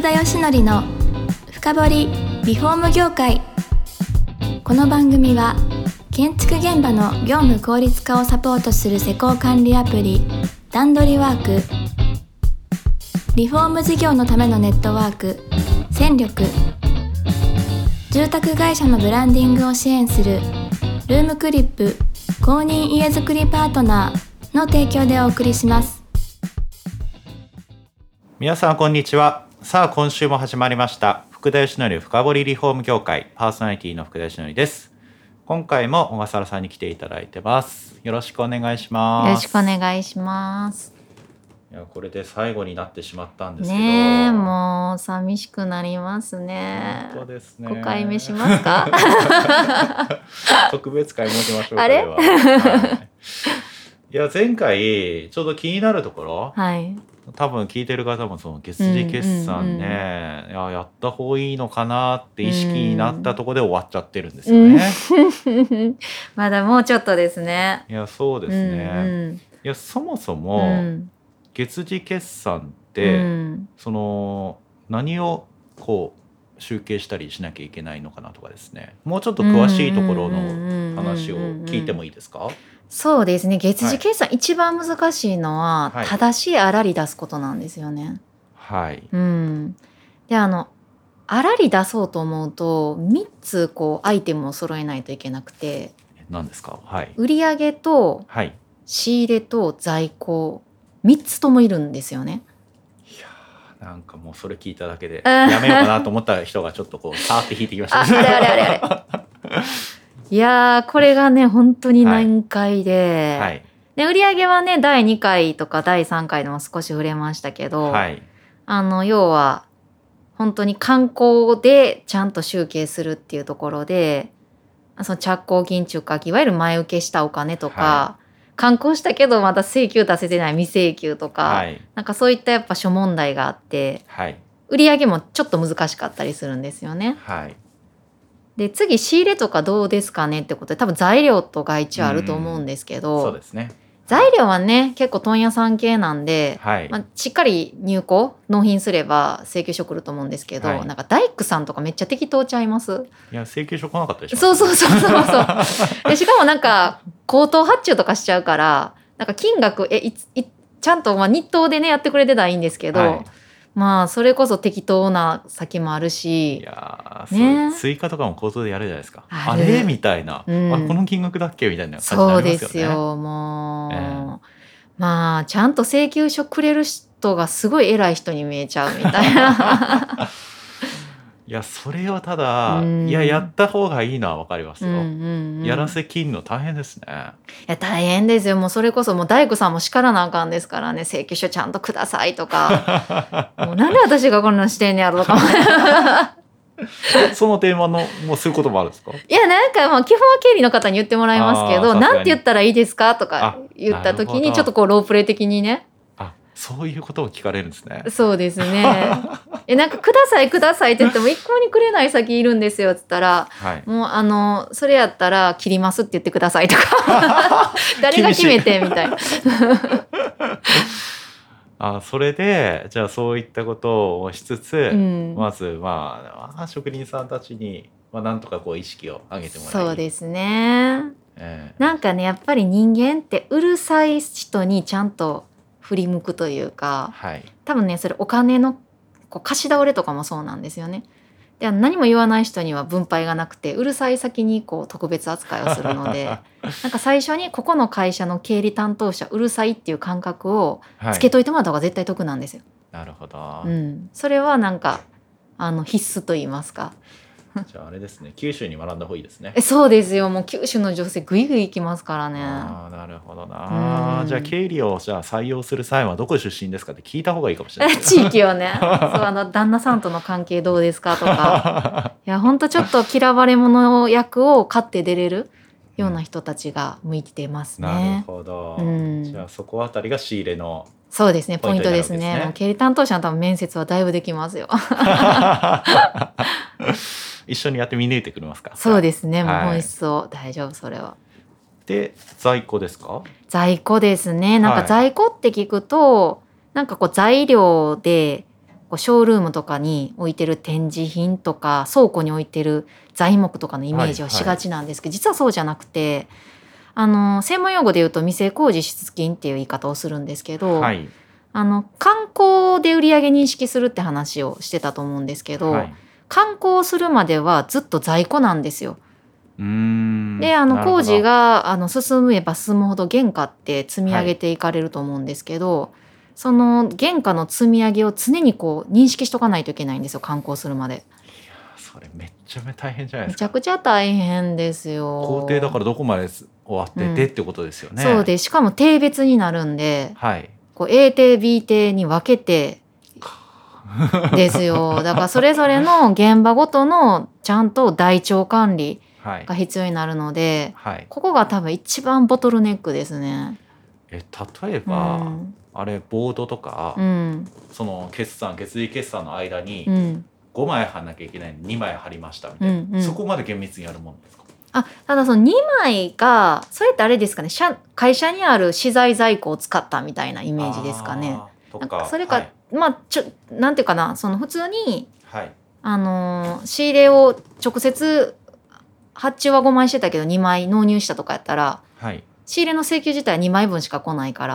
福田義則の深掘りリフォーム業界。この番組は建築現場の業務効率化をサポートする施工管理アプリ段取りワーク、リフォーム事業のためのネットワーク戦力、住宅会社のブランディングを支援するルームクリップ公認家づくりパートナーの提供でお送りします。 皆さんこんにちは。さあ今週も始まりました福田義則深掘りリフォーム業界、パーソナリティの福田義則です。今回も小笠原さんに来ていただいてます。よろしくお願いします。 よろしくお願いします。 いやこれで最後になってしまったんですけどねえ、もう寂しくなりますね。 本当ですね。 5回目しますか特別会設けましょうか。 あれこれは、はい、いや前回ちょうど気になるところ、 はい、 多分聞いてる方もその月次決算ね、やった方がいいのかなって意識になったところで終わっちゃってるんですよね、 まだもうちょっとですね。 いやそうですね、いやそもそも、月次決算って、その何をこう集計したりしなきゃいけないのかなとかですね、もうちょっと詳しいところの話を聞いてもいいですか？ そうですね、月次決算、一番難しいのは、正しい粗利出すことなんですよね。 はい。 で粗利出そうと思うと3つこうアイテムを揃えないといけなくて。 何ですか？ 売上と仕入れと在庫3つともいるんですよね。 いやなんかもうそれ聞いただけでやめようかなと思った人がちょっとこうサーって引いてきましたね。 あれいやこれがね本当に難解で、で売上はね第2回とか第3回でも少し触れましたけど、要は本当に観光でちゃんと集計するっていうところで、その着工金中華いわゆる前受けしたお金とか、観光したけどまだ請求出せてない未請求とか、なんかそういったやっぱ諸問題があって、売上もちょっと難しかったりするんですよね。で次仕入れとかどうですかねってことで、多分材料とが一応あると思うんですけど、 そうですね、 材料はね結構問屋さん系なんで、しっかり入庫納品すれば請求書来ると思うんですけど、なんか大工さんとかめっちゃ適当ちゃいます？いや請求書来なかったでしょ。 そうでしかもなんか口頭発注とかしちゃうから、なんか金額ちゃんと日当でねやってくれてたらいいんですけど、まあそれこそ適当な先もあるし、 いやそう追加とかも口頭でやるじゃないですか。あれみたいな、この金額だっけみたいな感じになりますよね。 そうですよもう、まあちゃんと請求書くれる人がすごい偉い人に見えちゃうみたいな。 いやそれはただ、やった方がいいのは分かりますよ、やらせきんの大変ですね。 いや大変ですよ。もうそれこそもう大工さんも叱らなあかんですからね。請求書ちゃんとくださいとかもうなんで私がこんなんしてんねやろとかそのテーマのもうそういうこともあるんですか？ いやなんかもう基本は経理の方に言ってもらいますけど、なんて言ったらいいですかとか言った時にちょっとこうロープレイ的にね、 そういうことを聞かれるんですね。 そうですね。なんかくださいくださいって言っても一向にくれない先いるんですよって言ったら、もうそれやったら切りますって言ってくださいとか誰が決めてみたいな。 それでじゃあそういったことをしつつ、まず職人さんたちになんとかこう意識を上げてもらい。 そうですね、なんかねやっぱり人間ってうるさい人にちゃんと振り向くというか、多分ねそれお金のこう貸し倒れとかもそうなんですよね。で何も言わない人には分配がなくて、うるさい先にこう特別扱いをするのでなんか最初にここの会社の経理担当者うるさいっていう感覚をつけといてもらった方が絶対得なんですよ。 なるほど、 それはなんか必須と言いますか。 じゃああれですね、九州に学んだ方がいいですね。 そうですよ、もう九州の女性グイグイ行きますからね。 なるほどな、じゃあ経理を採用する際はどこ出身ですかって聞いた方がいいかもしれない。 地域をねそう旦那さんとの関係どうですかとかいやほんとちょっと嫌われ者役を買って出れるような人たちが向いてますね。 なるほど、じゃあそこあたりが仕入れのそうですね、ポイントですね。もう経理担当者の多分面接はだいぶできますよ一緒にやって見抜いてくれますか？ そうですね、もう本質を大丈夫それは。 で在庫ですか？ 在庫ですね。なんか在庫って聞くと、なんかこう材料でこうショールームとかに置いてる展示品とか倉庫に置いてる材木とかのイメージをしがちなんですけど、実はそうじゃなくて、専門用語で言うと未成工事出金っていう言い方をするんですけど、観光で売り上げ認識するって話をしてたと思うんですけど、観光するまではずっと在庫なんですよ。で工事が進めば進むほど原価って積み上げていかれると思うんですけど、その原価の積み上げを常にこう認識しとかないといけないんですよ、観光するまで。いやそれめっちゃ大変じゃないですか。 めちゃくちゃ大変ですよ。 工程だからどこまで終わっててってことですよね。 そうで、しかも定別になるんで、こう A 定 B 定に分けてですよ。だからそれぞれの現場ごとのちゃんと台帳管理が必要になるので、ここが多分一番ボトルネックですね。 例えば、あれボードとか、その決議決算の間に5枚貼んなきゃいけないのに2枚貼りましたみたいな、そこまで厳密にやるもんですか？ ただその2枚がそれってあれですかね、会社にある資材在庫を使ったみたいなイメージですかね。なんかそれか、なんていうかな、その普通に、仕入れを直接発注は5枚してたけど2枚納入したとかやったら、仕入れの請求自体は2枚分しか来ないから、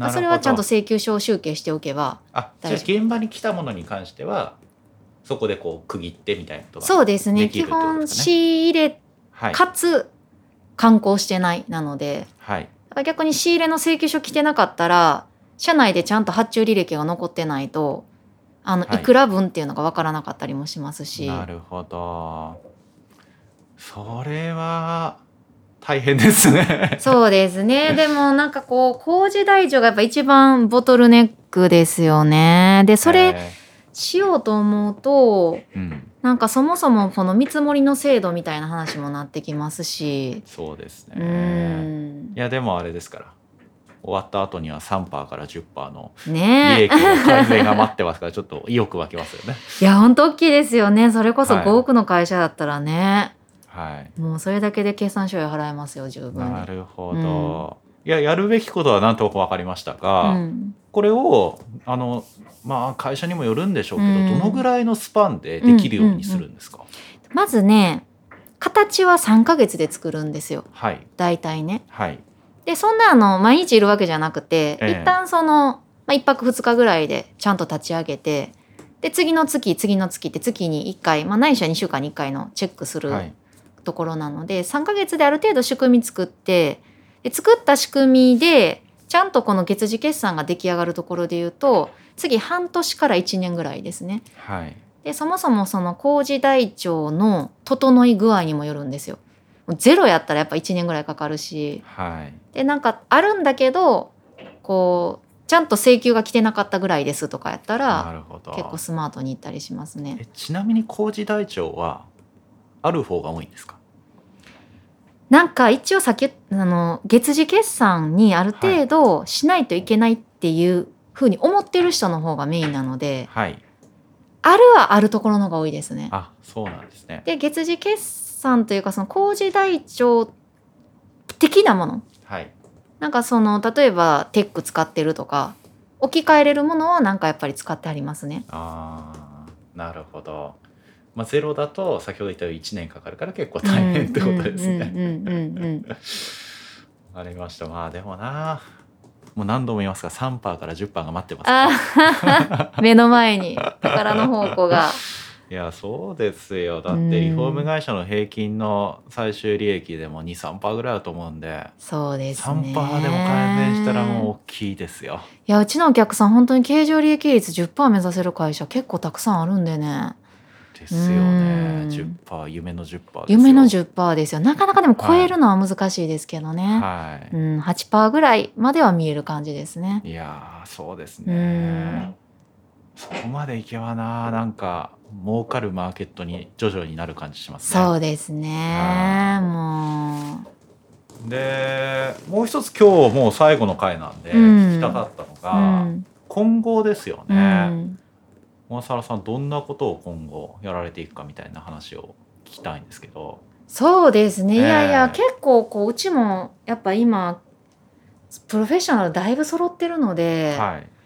それはちゃんと請求書を集計しておけば。 じゃあ現場に来たものに関してはそこでこう区切ってみたいなことがそうですね。基本仕入れかつ観光してないなので、逆に仕入れの請求書来てなかったら社内でちゃんと発注履歴が残ってないといくら分っていうのが分からなかったりもしますし。 なるほど、それは大変ですね。 そうですね。でもなんかこう工事台帳がやっぱ一番ボトルネックですよね。でそれしようと思うと、なんかそもそもこの見積もりの制度みたいな話もなってきますし。 そうですね。いやでもあれですから、終わった後には 3% から 10% の利益の改善が待ってますから、ちょっと意欲湧きますよね。 いや本当大きいですよね。それこそ5億の会社だったらね、もうそれだけで計算書料払えますよ、十分に。 なるほど、いややるべきことはなんとなく分かりましたが、これを会社にもよるんでしょうけど、どのぐらいのスパンでできるようにするんですか？ まずね、形は3ヶ月で作るんですよ、大体ね。でそんな毎日いるわけじゃなくて、一旦その、1泊2日ぐらいでちゃんと立ち上げて、で次の月って月に1回、ないしは2週間に1回のチェックするところなので、3ヶ月である程度仕組み作って、で作った仕組みでちゃんとこの月次決算が出来上がるところでいうと、次半年から1年ぐらいですね。でそもそもその工事台帳の整い具合にもよるんですよ。ゼロやったらやっぱ1年ぐらいかかるし、でなんかあるんだけどこうちゃんと請求が来てなかったぐらいですとかやったら結構スマートにいったりしますね。 ちなみに工事台帳はある方が多いんですか？ なんか一応さっき月次決算にある程度しないといけないっていうふうに思ってる人の方がメインなので、あるはあるところの方が多いですね。 そうなんですね。 で月次決算というかその工事台帳的なもの、なんかその例えばテック使ってるとか置き換えれるものはなんかやっぱり使ってありますね。 なるほど。ゼロだと先ほど言ったように1年かかるから結構大変ってことですね。ありました。でもな、もう何度も言いますが 3% から 10% が待ってます目の前に宝の宝庫が。 いやそうですよ。だってリフォーム会社の平均の最終利益でも 2-3% ぐらいだと思うんで、 そうですね、 3% でも改善したらもう大きいですよ。 いやうちのお客さん本当に経常利益率 10% 目指せる会社結構たくさんあるんでね。 ですよね。10%、夢の 10% ですよ。 夢の 10% ですよ。なかなかでも超えるのは難しいですけどね。8% ぐらいまでは見える感じですね。 いやそうですね。そこまでいけばなんか儲かるマーケットに徐々になる感じしますね。 そうですね。もうでもう一つ今日もう最後の回なんで聞きたかったのが、今後ですよね。小笠原さんどんなことを今後やられていくかみたいな話を聞きたいんですけど。 そうですね。いや結構うちもやっぱ今プロフェッショナルだいぶ揃ってるので、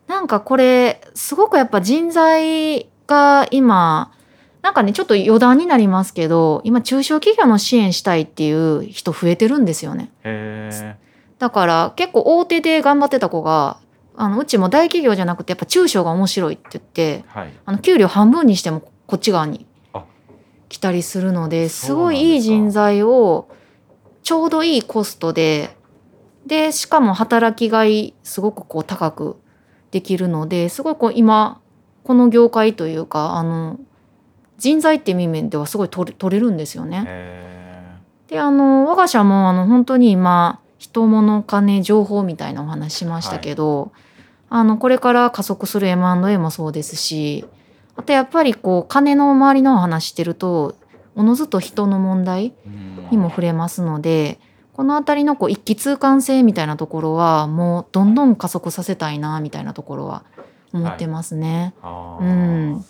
なんかこれすごくやっぱ人材が今なんかねちょっと余談になりますけど、今中小企業の支援したいっていう人増えてるんですよね。だから結構大手で頑張ってた子がうちも大企業じゃなくてやっぱ中小が面白いって言って、はい、給料半分にしてもこっち側に来たりするので、すごいいい人材をちょうどいいコストでしかも働きがいすごくこう高くできるので、すごいこう今この業界というか人材っていう面ではすごい取れるんですよね。で我が社も本当に今人物金情報みたいなお話しましたけど、はい、これから加速する M&A もそうですし、あとやっぱりこう金の周りのお話してるとおのずと人の問題にも触れますので、このあたりのこう一気通貫性みたいなところはもうどんどん加速させたいなみたいなところは思ってますね。はい、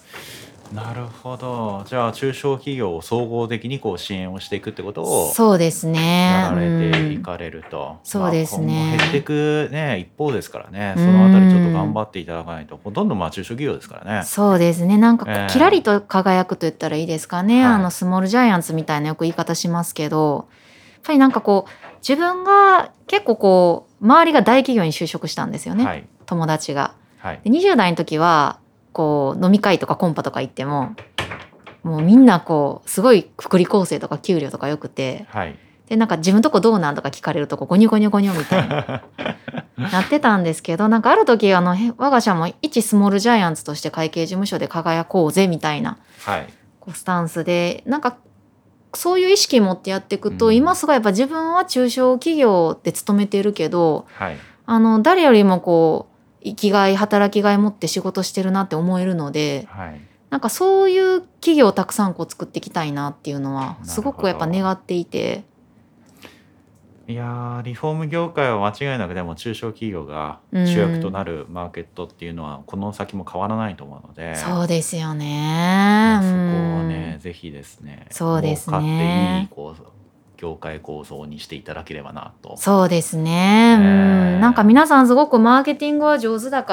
なるほど。じゃあ中小企業を総合的にこう支援をしていくってことをそうですねやられていかれると、 そうですね、 今後減っていく、ね、一方ですからね、そのあたりちょっと頑張っていただかないと、ほとんど中小企業ですからね。 そうですね、なんかキラリと輝くと言ったらいいですかね、スモールジャイアンツみたいなよく言い方しますけど、やっぱりなんかこう自分が結構こう周りが大企業に就職したんですよね、はい、友達が。はい、で20代の時はこう飲み会とかコンパとか行ってももうみんなこうすごい福利厚生とか給料とかよくて、はい、でなんか自分とこどうなんとか聞かれるとこゴニョゴニョゴニョみたいななってたんですけど、なんかある時我が社も一スモールジャイアンツとして会計事務所で輝こうぜみたいな、はい、こうスタンスでなんかそういう意識持ってやっていくと、今すごいやっぱ自分は中小企業で勤めてるけど、はい、誰よりもこう生きがい働きがい持って仕事してるなって思えるので、はい、なんかそういう企業をたくさんこう作っていきたいなっていうのはすごくやっぱ願っていて。 いやリフォーム業界は間違いなくでも中小企業が主役となるマーケットっていうのはこの先も変わらないと思うので、 そうですよね、 そこをねぜひですね、 そうですね、 儲かっていいこう業界構造にしていただければなと。 そうですね、なんか皆さんすごくマーケティングは上手だから、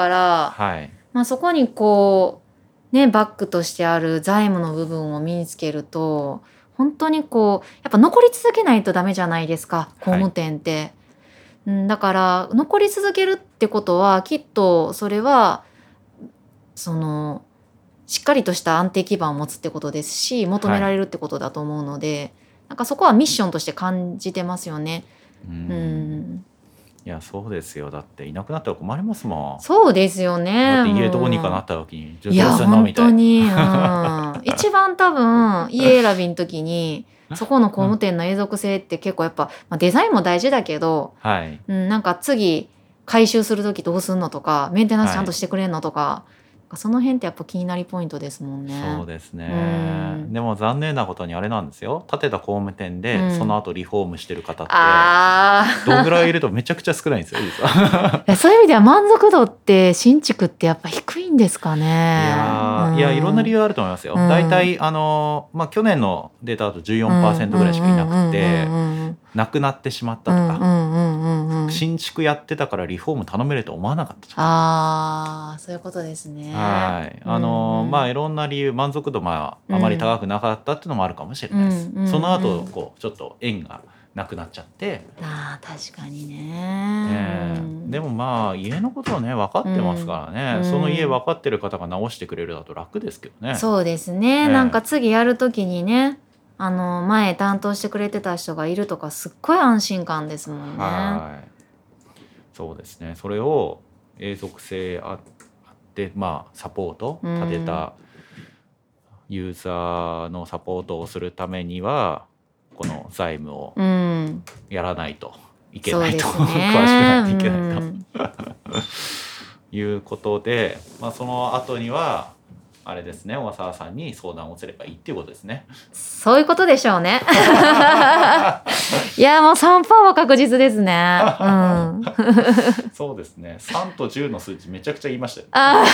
はい、そこにこうねバックとしてある財務の部分を身につけると本当にこうやっぱ残り続けないとダメじゃないですか、工務店って、はい、だから残り続けるってことはきっとそれはそのしっかりとした安定基盤を持つってことですし、求められるってことだと思うので、はい、なんかそこはミッションとして感じてますよね。 いやそうですよ、だっていなくなったら困りますもん。 そうですよね。 だって家どこにかなった時にいや本当に、一番多分家選びの時にそこの工務店の永続性って結構やっぱ、デザインも大事だけど、はい、なんか次回収する時どうすんのとかメンテナンスちゃんとしてくれんのとか、はい、その辺ってやっぱ気になりポイントですもんね。 そうですね、でも残念なことにあれなんですよ、建てた工務店で、その後リフォームしてる方ってどんぐらいいるとめちゃくちゃ少ないんですよ実はそういう意味では満足度って新築ってやっぱ低いんですかね。 いやいろんな理由あると思いますよ。だいたい去年のデータだと 14% ぐらいしかいなくて亡くなってしまったとか、新築やってたからリフォーム頼めると思わなかったとか、 そういうことですね。 はい、いろんな理由、満足度あまり高くなかったっていうのもあるかもしれないです。その後こうちょっと縁がなくなっちゃって、 確かにね、 でも家のことはね分かってますからね、その家分かってる方が直してくれるだと楽ですけどね。 そうですね、なんか次やる時にね前担当してくれてた人がいるとかすっごい安心感ですもんね。はい、 そうですね、それを永続性あってサポート立てたユーザーのサポートをするためにはこの財務をやらないといけないと、詳しくないといけないということで、その後にはあれですね、小笠原さんに相談をすればいいっていうことですね。 そういうことでしょうねいやもう 3% は確実ですね、 そうですね、3と10の数値めちゃくちゃ言いましたよ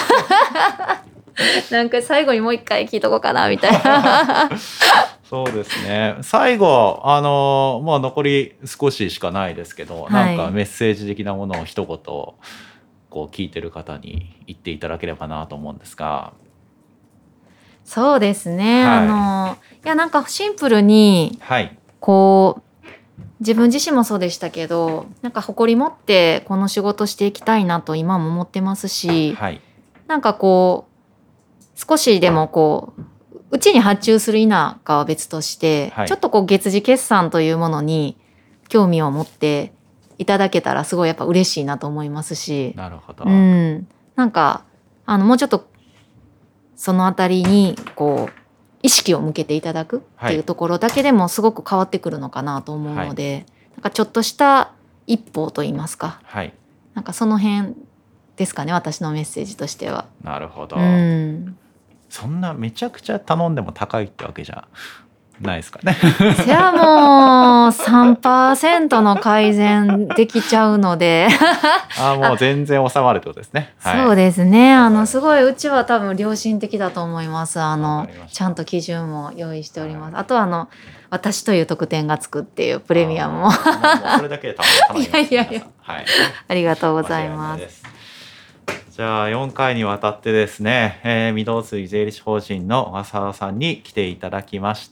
なんか最後にもう一回聞いとこうかなみたいなそうですね、最後残り少ししかないですけど、なんかメッセージ的なものを一言ここう聞いてる方に言っていただければなと思うんですが。 そうですね、いやなんかシンプルに、こう自分自身もそうでしたけど、なんか誇り持ってこの仕事していきたいなと今も思ってますし、なんかこう少しでもこうちに発注する否かは別として、ちょっとこう月次決算というものに興味を持っていただけたらすごいやっぱ嬉しいなと思いますし。 なるほど。 なんかもうちょっとそのあたりにこう意識を向けていただくっていうところだけでもすごく変わってくるのかなと思うので、なんかちょっとした一歩といいますか、なんかその辺ですかね、私のメッセージとしては。 なるほど。そんなめちゃくちゃ頼んでも高いってわけじゃないですかね。 それはもう 3% の改善できちゃうのでもう全然収まるってことですね。 そうですね。すごいうちは多分良心的だと思います。ちゃんと基準も用意しております。あと私という特典がつくっていうプレミアムもそれだけで頼みます。 いやありがとうございます。 じゃあ4回にわたってですね、御堂筋税理士法人の小笠原さんに来ていただきました。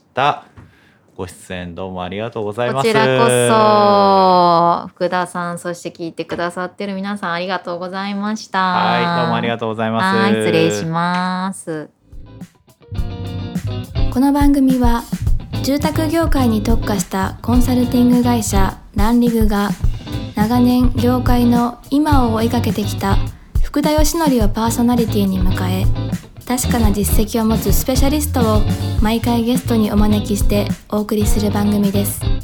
ご出演どうもありがとうございます。 こちらこそ福田さん、そして聞いてくださってる皆さんありがとうございました。 どうもありがとうございます。 失礼します。 この番組は住宅業界に特化したコンサルティング会社ランリグが長年業界の今を追いかけてきた福田義則をパーソナリティに迎え、確かな実績を持つスペシャリストを毎回ゲストにお招きしてお送りする番組です。